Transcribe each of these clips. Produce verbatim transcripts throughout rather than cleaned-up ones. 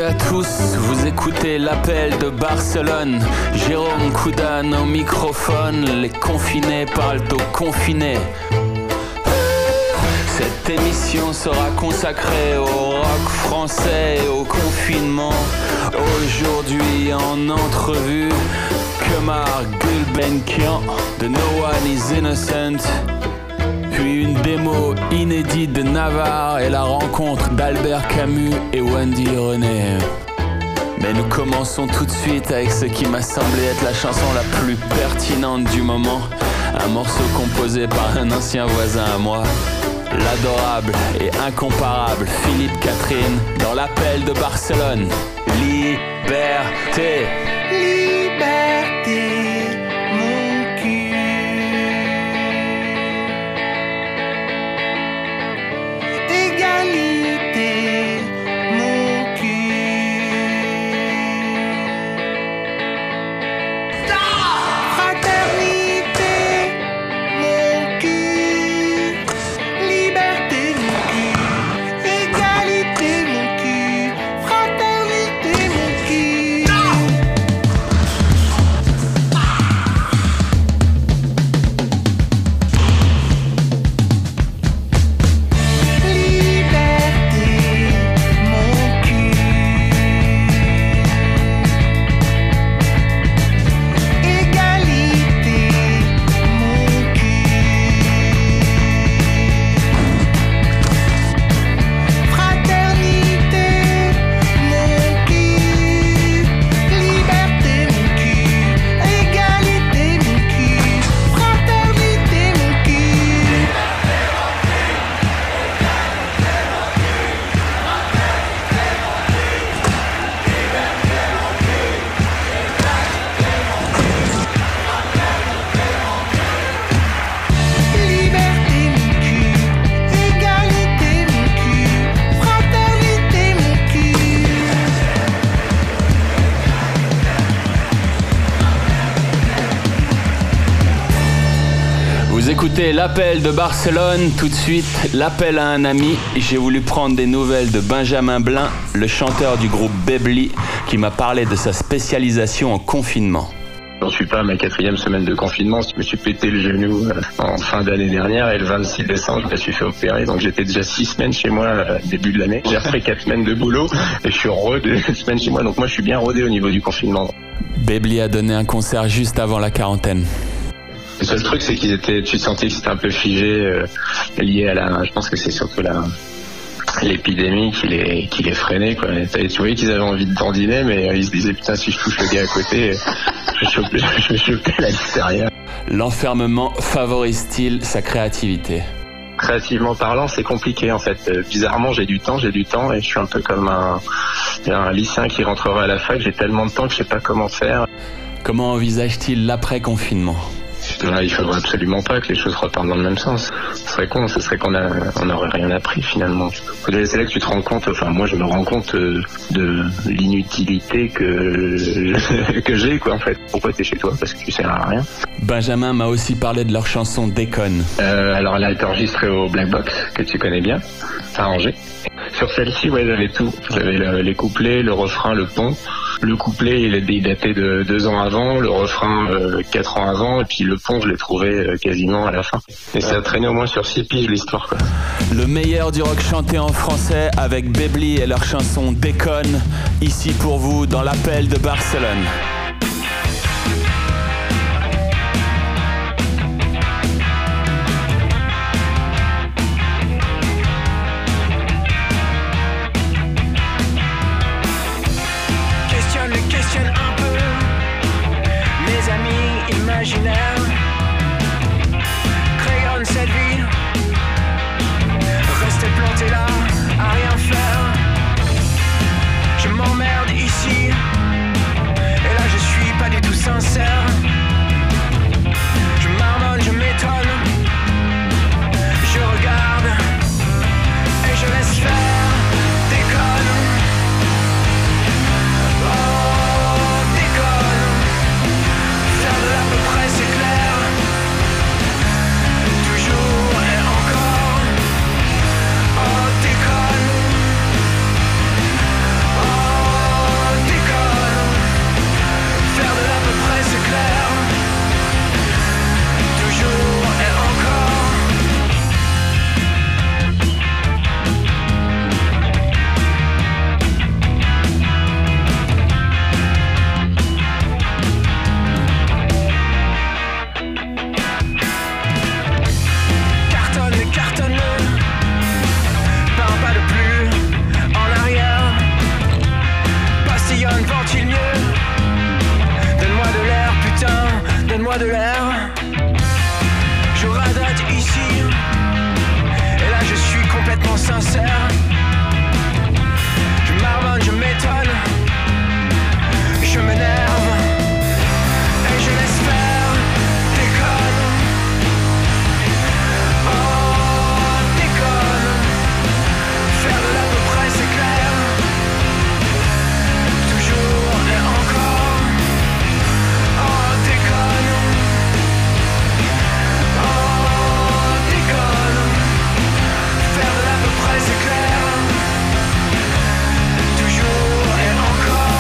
à tous, vous écoutez l'appel de Barcelone. Jérôme Coudan au microphone, les confinés parlent aux confinés. Cette émission sera consacrée au rock français et au confinement. Aujourd'hui en entrevue, Kemar Gulbenkian de No One Is Innocent. Puis une démo inédite de Navarre et la rencontre d'Albert Camus et Wendy René. Mais nous commençons tout de suite avec ce qui m'a semblé être la chanson la plus pertinente du moment. Un morceau composé par un ancien voisin à moi, l'adorable et incomparable Philippe Catherine, dans l'appel de Barcelone. Liberté. Liberté. Écoutez l'appel de Barcelone, tout de suite l'appel à un ami. J'ai voulu prendre des nouvelles de Benjamin Blin, le chanteur du groupe Bebli, qui m'a parlé de sa spécialisation en confinement. J'en suis pas à ma quatrième semaine de confinement. Je me suis pété le genou en fin d'année dernière et le vingt-six décembre, je me suis fait opérer. Donc j'étais déjà six semaines chez moi début de l'année. J'ai repris quatre semaines de boulot et je suis heureux de deux semaines chez moi. Donc moi je suis bien rodé au niveau du confinement. Bebli a donné un concert juste avant la quarantaine. Le seul truc, c'est qu'ils étaient, tu sentais que c'était un peu figé, euh, lié à la, je pense que c'est surtout la, l'épidémie qui les, qui les freinait, quoi. Tu voyais qu'ils avaient envie de dandiner, mais ils se disaient, putain, si je touche le gars à côté, je vais choper, je vais choper la listeria. L'enfermement favorise-t-il sa créativité? Créativement parlant, c'est compliqué, en fait. Euh, bizarrement, j'ai du temps, j'ai du temps, et je suis un peu comme un, un lycéen qui rentrera à la fac. J'ai tellement de temps que je sais pas comment faire. Comment envisage-t-il l'après-confinement? Là, il faudrait absolument pas que les choses repartent dans le même sens. Ce serait con, ce serait qu'on a, on n'aurait rien appris finalement. C'est là que tu te rends compte, enfin moi je me rends compte de l'inutilité que, que j'ai quoi en fait. Pourquoi t'es chez toi? Parce que tu sers à rien. Benjamin m'a aussi parlé de leur chanson Déconne. Euh, alors elle a été enregistrée au Black Box, que tu connais bien, à Angers. Sur celle-ci, ouais, j'avais tout. J'avais le, les couplets, le refrain, le pont. Le couplet, il est daté de deux ans avant, le refrain euh, quatre ans avant, et puis le pont, je l'ai trouvé euh, quasiment à la fin. Et ça a traîné au moins sur six piges l'histoire, quoi. Le meilleur du rock chanté en français avec Bebli et leur chanson Déconne, ici pour vous dans l'appel de Barcelone. Crayonne cette vie, rester planté là, à rien faire. Je m'emmerde ici, et là je suis pas du tout sincère. Je marmonne, je m'étonne, je regarde, et je laisse faire. Déconne, oh déconne, faire de l'à peu près c'est clair. Toujours et encore, oh déconne, oh Donnez-moi de l'air. Je radote ici. Et là je suis complètement sincère. Je marmonne, je m'étonne. Je m'énerve. Et je laisse faire. Déconne. Oh, déconne. Faire de l'à peu près c'est clair. Toujours et encore. Oh, déconne. Oh, déconne. Faire de l'à peu près c'est clair. Toujours et encore.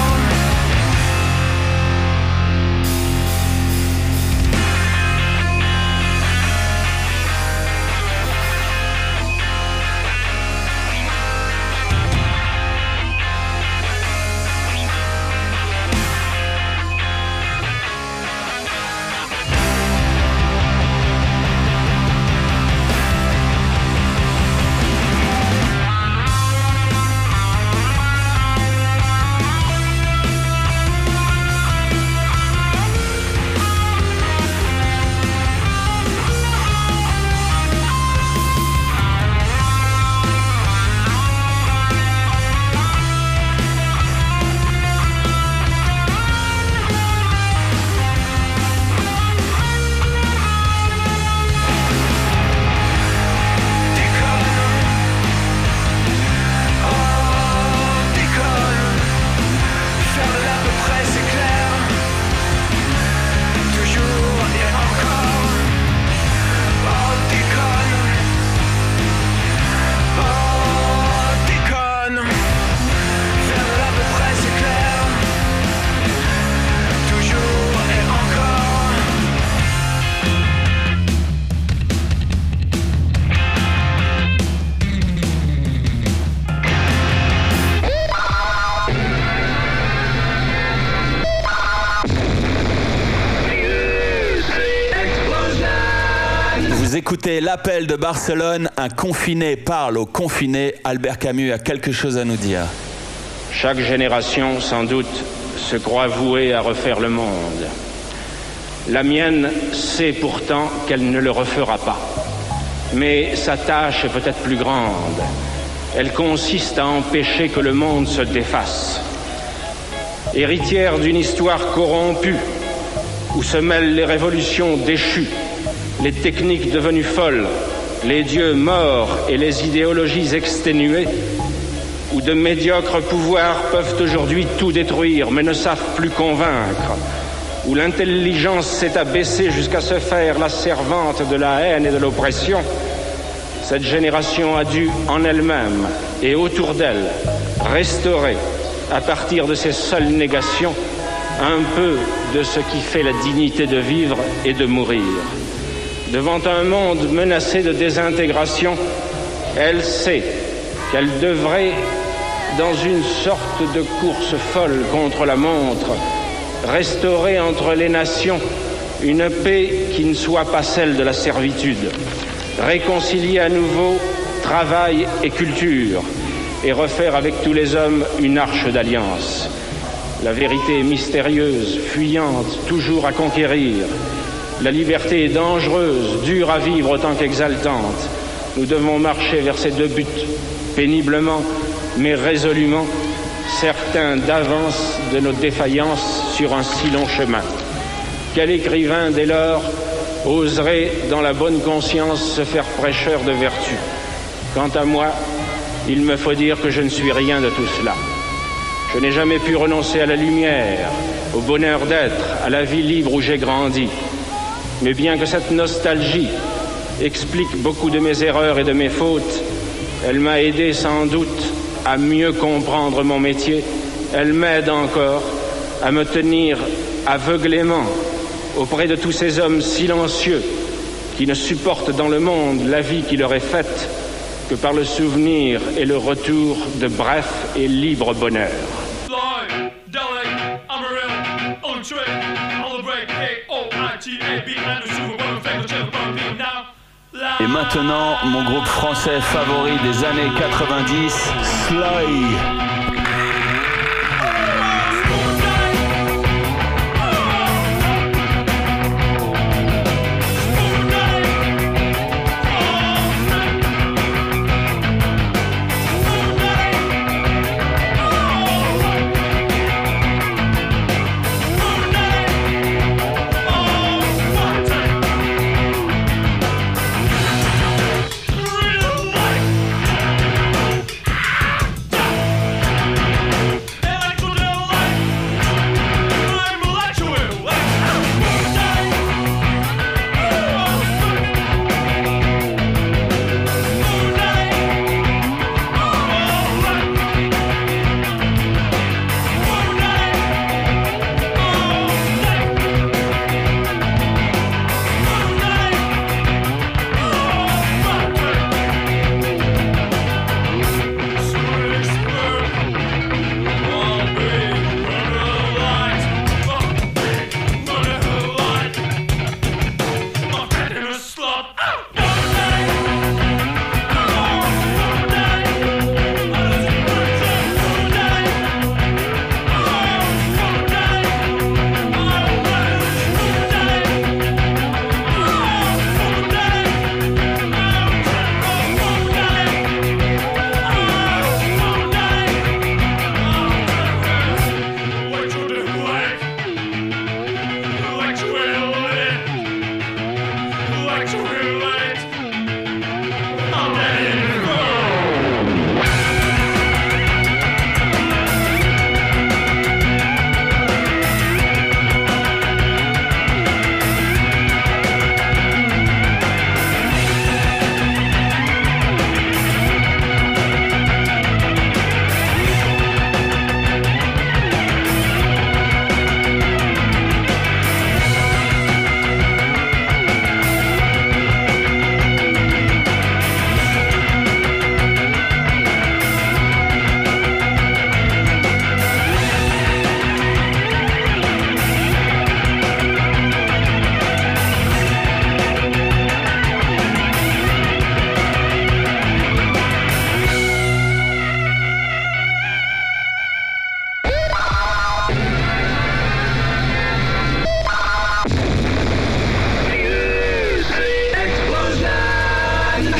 Écoutez l'appel de Barcelone, un confiné parle au confiné. Albert Camus a quelque chose à nous dire. Chaque génération, sans doute, se croit vouée à refaire le monde. La mienne sait pourtant qu'elle ne le refera pas. Mais sa tâche est peut-être plus grande. Elle consiste à empêcher que le monde se défasse. Héritière d'une histoire corrompue, où se mêlent les révolutions déchues, les techniques devenues folles, les dieux morts et les idéologies exténuées, où de médiocres pouvoirs peuvent aujourd'hui tout détruire mais ne savent plus convaincre, où l'intelligence s'est abaissée jusqu'à se faire la servante de la haine et de l'oppression, cette génération a dû en elle-même et autour d'elle restaurer, à partir de ses seules négations, un peu de ce qui fait la dignité de vivre et de mourir. Devant un monde menacé de désintégration, elle sait qu'elle devrait, dans une sorte de course folle contre la montre, restaurer entre les nations une paix qui ne soit pas celle de la servitude, réconcilier à nouveau travail et culture, et refaire avec tous les hommes une arche d'alliance. La vérité est mystérieuse, fuyante, toujours à conquérir. La liberté est dangereuse, dure à vivre autant qu'exaltante. Nous devons marcher vers ces deux buts, péniblement, mais résolument, certains d'avance de nos défaillances sur un si long chemin. Quel écrivain, dès lors, oserait, dans la bonne conscience, se faire prêcheur de vertu? Quant à moi, il me faut dire que je ne suis rien de tout cela. Je n'ai jamais pu renoncer à la lumière, au bonheur d'être, à la vie libre où j'ai grandi. Mais bien que cette nostalgie explique beaucoup de mes erreurs et de mes fautes, elle m'a aidé sans doute à mieux comprendre mon métier. Elle m'aide encore à me tenir aveuglément auprès de tous ces hommes silencieux qui ne supportent dans le monde la vie qui leur est faite que par le souvenir et le retour de bref et libre bonheur. Et maintenant, mon groupe français favori des années quatre-vingt-dix, Sly.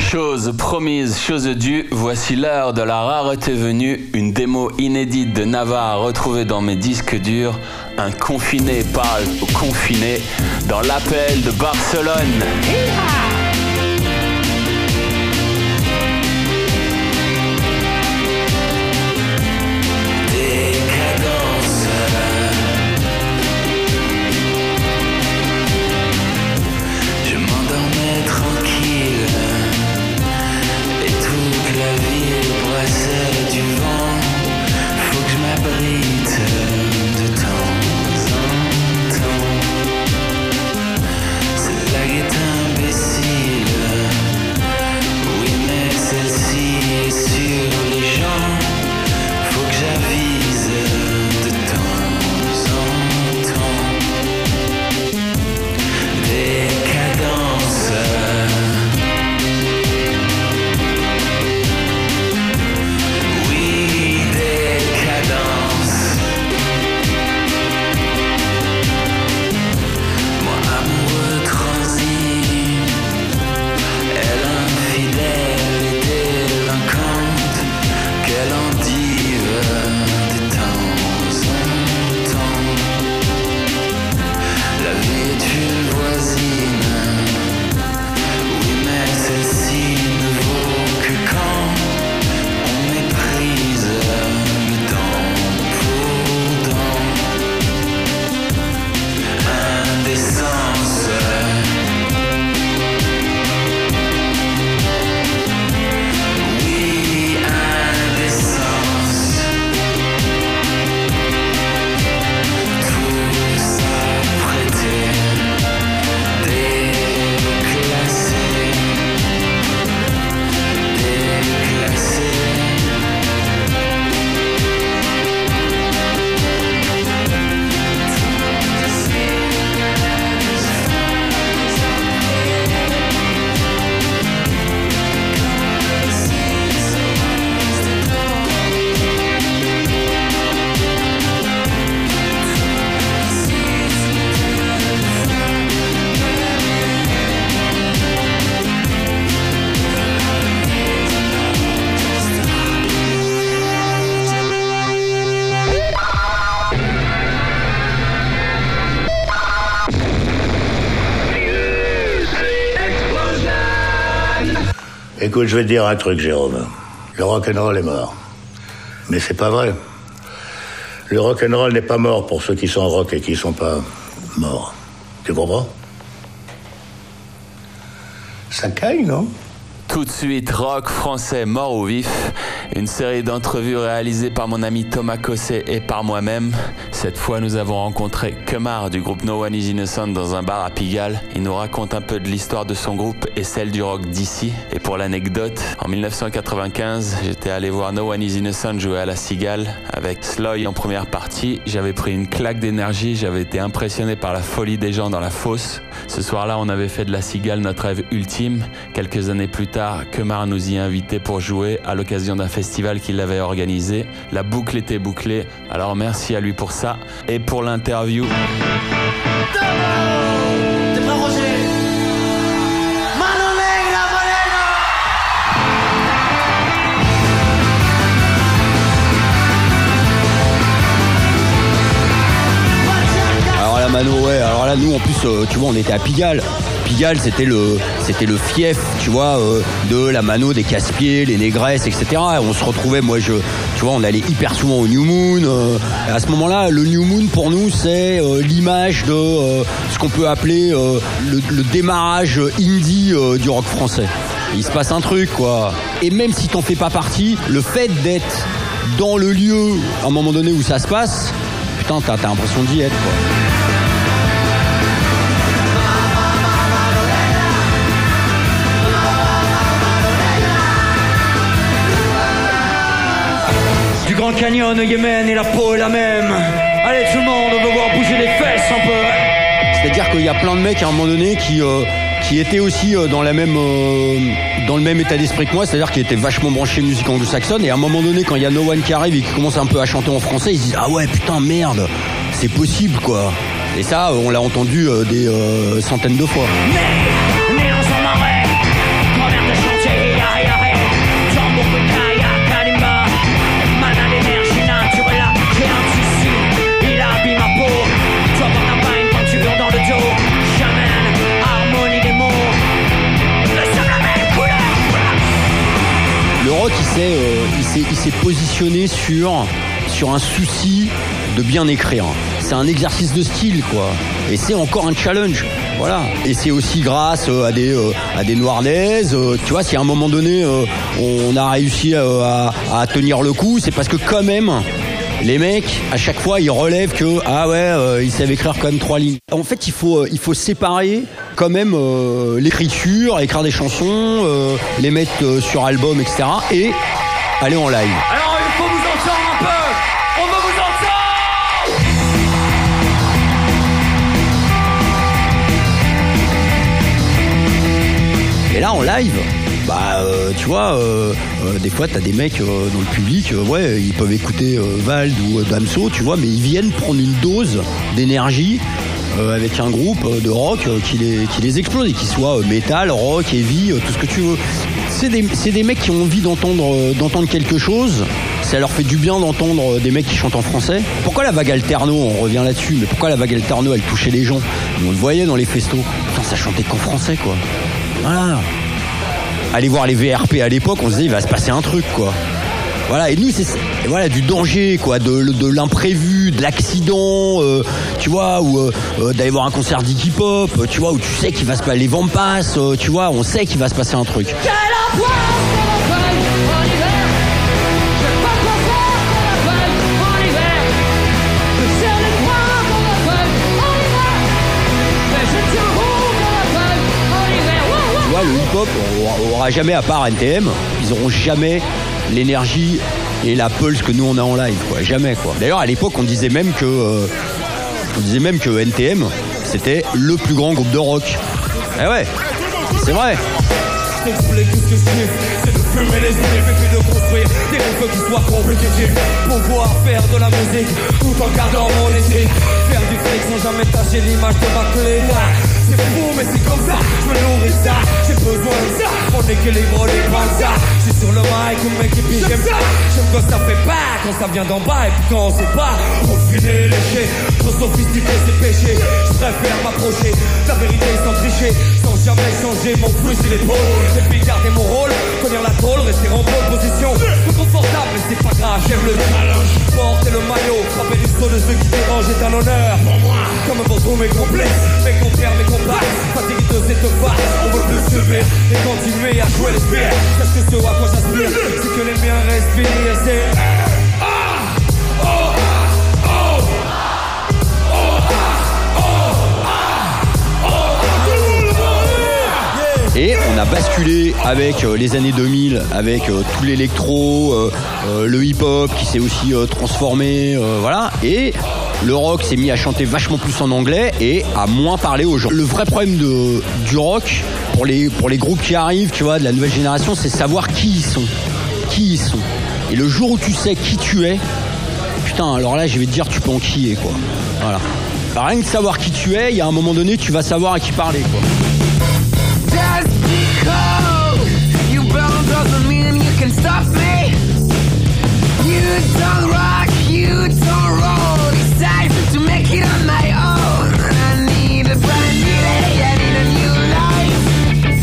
Chose promise, chose due, voici l'heure de la rareté venue. Une démo inédite de Navarre retrouvée dans mes disques durs. Un confiné parle au confiné dans l'appel de Barcelone. Hi-ha! Écoute, je vais te dire un truc, Jérôme. Le rock'n'roll est mort. Mais c'est pas vrai. Le rock'n'roll n'est pas mort pour ceux qui sont rock et qui sont pas morts. Tu comprends? Ça caille, non? Tout de suite, rock français mort ou vif. Une série d'entrevues réalisées par mon ami Thomas Cosset et par moi-même. Cette fois, nous avons rencontré Kemar du groupe No One Is Innocent dans un bar à Pigalle. Il nous raconte un peu de l'histoire de son groupe et celle du rock d'ici. Et pour l'anecdote, en dix-neuf cent quatre-vingt-quinze, j'étais allé voir No One Is Innocent jouer à la Cigale avec Sloy en première partie. J'avais pris une claque d'énergie, j'avais été impressionné par la folie des gens dans la fosse. Ce soir-là, on avait fait de la Cigale notre rêve ultime. Quelques années plus tard, Kemar nous y a invités pour jouer à l'occasion d'un festival qu'il avait organisé. La boucle était bouclée, alors merci à lui pour ça. Et pour l'interview... Alors la Mano, ouais, alors là nous en plus, euh, tu vois, on était à Pigalle. Pigalle, c'était le, c'était le fief, tu vois, euh, de la Mano, des casse-pieds, les négresses, et cetera. Et on se retrouvait, moi, je, tu vois, on allait hyper souvent au New Moon. Euh, à ce moment-là, le New Moon, pour nous, c'est euh, l'image de euh, ce qu'on peut appeler euh, le, le démarrage indie euh, du rock français. Et il se passe un truc, quoi. Et même si t'en fais pas partie, le fait d'être dans le lieu, à un moment donné où ça se passe, putain, t'as, t'as l'impression d'y être, quoi. Du Grand Canyon au Yémen et la peau est la même. Allez tout le monde, on veut voir bouger les fesses un peu. C'est-à-dire qu'il y a plein de mecs à un moment donné qui euh, qui étaient aussi euh, dans la même euh, dans le même état d'esprit que moi, c'est-à-dire qui étaient vachement branchés musique anglo-saxonne. Et à un moment donné, quand il y a No One qui arrive et qui commence un peu à chanter en français, ils se disent ah ouais putain merde, c'est possible quoi. Et ça, on l'a entendu euh, des euh, centaines de fois. Né, né dans un marais, grand-mère de chantier. rock, il s'est, euh, il s'est, il s'est positionné sur, sur un souci de bien écrire. C'est un exercice de style, quoi. Et c'est encore un challenge. Voilà. Et c'est aussi grâce euh, à des, euh, à des Nouardaises. Euh, tu vois, si à un moment donné, euh, on a réussi euh, à, à tenir le coup, c'est parce que quand même, les mecs, à chaque fois, ils relèvent que ah ouais, euh, ils savent écrire quand même trois lignes. En fait, il faut, euh, il faut séparer quand même euh, l'écriture, écrire des chansons, euh, les mettre euh, sur album, et cetera. Et aller en live. Alors, il faut vous entendre un peu. On veut vous entendre. Et là, en live, bah, euh, tu vois, euh, euh, des fois, t'as des mecs euh, dans le public, euh, ouais, ils peuvent écouter euh, Vald ou euh, Damso, tu vois, mais ils viennent prendre une dose d'énergie euh, avec un groupe euh, de rock euh, qui, les, qui les explose, et qui soit euh, métal, rock, heavy, euh, tout ce que tu veux. C'est des, c'est des mecs qui ont envie d'entendre, euh, d'entendre quelque chose. Ça leur fait du bien d'entendre euh, des mecs qui chantent en français. Pourquoi la vague alterno, on revient là-dessus, mais pourquoi la vague alterno, elle touchait les gens? On le voyait dans les festos. Putain, ça chantait qu'en français, quoi. Voilà. Aller voir les V R P à l'époque, on se disait il va se passer un truc, quoi. Voilà, et nous c'est voilà du danger, quoi, de, de l'imprévu, de l'accident, euh, tu vois, ou euh, d'aller voir un concert d'Iggy Pop, tu vois, où tu sais qu'il va se passer, les vents passent, euh, tu vois, on sait qu'il va se passer un truc. Le hip-hop aura jamais, à part N T M, ils auront jamais l'énergie et la pulse que nous on a en live, quoi. Jamais, quoi. D'ailleurs, à l'époque, on disait même que, euh, on disait même que N T M, c'était le plus grand groupe de rock. Eh ouais, c'est vrai. T'explique tout ce que je kiffe, c'est de fumer les sniffs et puis de construire des riffs qui soient compétitifs. Pouvoir faire de la musique tout en gardant mon éthique. Faire du fric sans jamais tâcher l'image de ma clé. C'est fou mais c'est comme ça, je me nourris ça. J'ai besoin de ça, mon équilibre dépend de ça. J'suis sur le mic ou mec et puis j'aime ça. J'aime quand ça fait pas, quand ça vient d'en bas. Et puis quand on sait pas, on finit léché. Trop sophistiqué c'est péché. Je préfère m'approcher la vérité sans tricher, sans jamais changer mon flux sur l'épaule. Et puis garder mon rôle, connaître la tôle, rester en bonne position. Tout confortable mais c'est pas grave, j'aime le challenge. Porter le maillot, frapper du saut de ceux qui dérangent est un honneur pour moi. Comme pour tous mes complexes, mes compères, mes compagnes. Fatigue de cette face, on veut plus subir et continuer à jouer les pires. Parce que ce à quoi j'aspire, c'est que les miens respirent, c'est ah, oh, ah, oh. Et on a basculé avec euh, les années deux mille, avec euh, tout l'électro, euh, euh, le hip-hop qui s'est aussi euh, transformé, euh, voilà. Et le rock s'est mis à chanter vachement plus en anglais et à moins parler aux gens. Le vrai problème de, du rock, pour les, pour les groupes qui arrivent, tu vois, de la nouvelle génération, c'est savoir qui ils sont. Qui ils sont. Et le jour où tu sais qui tu es, putain, alors là, je vais te dire, tu peux enquiller, quoi. Voilà. Alors, rien que de savoir qui tu es, il y a un moment donné, tu vas savoir à qui parler, quoi. Just because you burn doesn't mean you can stop me. You don't rock, you don't roll. It's time to make it on my own. I need a brand new day, I need a new life.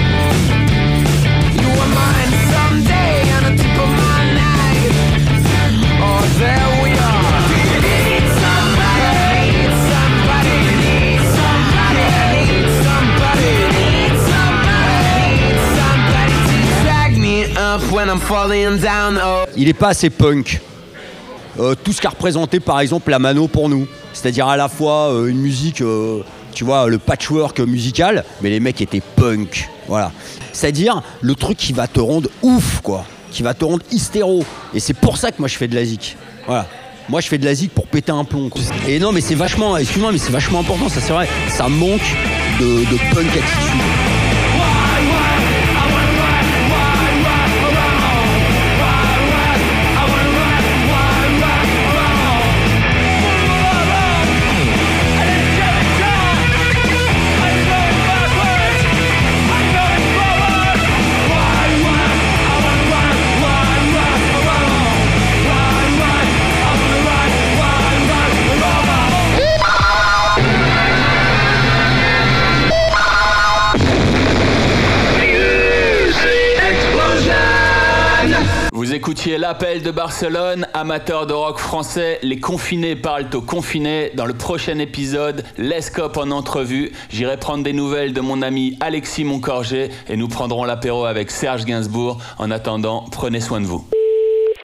You are mine someday on the tip of my knife. Oh, there we are. Need somebody, need somebody, need somebody, need somebody, need somebody, need somebody to drag me up when I'm falling down. Oh. Il est pas assez punk. Euh, tout ce qu'a représenté par exemple la Mano pour nous, c'est-à-dire à la fois euh, une musique, euh, tu vois, le patchwork musical, mais les mecs étaient punk, voilà. C'est-à-dire le truc qui va te rendre ouf, quoi, qui va te rendre hystéro. Et c'est pour ça que moi je fais de la zik, voilà. Moi je fais de la zik pour péter un plomb, quoi. Et non mais c'est vachement, excuse-moi mais c'est vachement important, ça c'est vrai, ça manque de, de punk attitude. écoutiez l'appel de Barcelone, amateurs de rock français, les confinés parlent aux confinés. Dans le prochain épisode, l'Escope en entrevue. J'irai prendre des nouvelles de mon ami Alexis Moncorgé et nous prendrons l'apéro avec Serge Gainsbourg. En attendant, prenez soin de vous.